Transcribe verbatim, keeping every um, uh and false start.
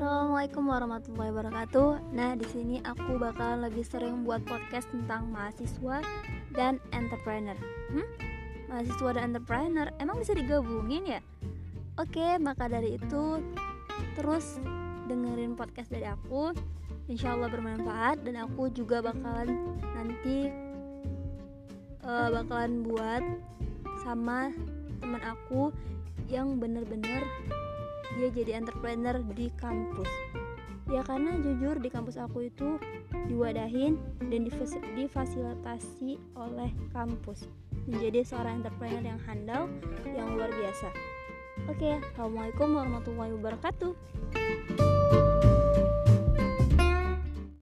Assalamualaikum warahmatullahi wabarakatuh. Nah, di sini aku bakalan lebih sering buat podcast tentang mahasiswa dan entrepreneur. Hmm? Mahasiswa dan entrepreneur emang bisa digabungin ya? Oke, maka dari itu terus dengerin podcast dari aku. Insya Allah bermanfaat dan aku juga bakalan nanti uh, bakalan buat sama teman aku yang bener-bener dia jadi entrepreneur di kampus. Ya karena jujur di kampus aku itu diwadahin dan difasilitasi oleh kampus menjadi seorang entrepreneur yang handal, yang luar biasa. Oke, assalamualaikum warahmatullahi wabarakatuh.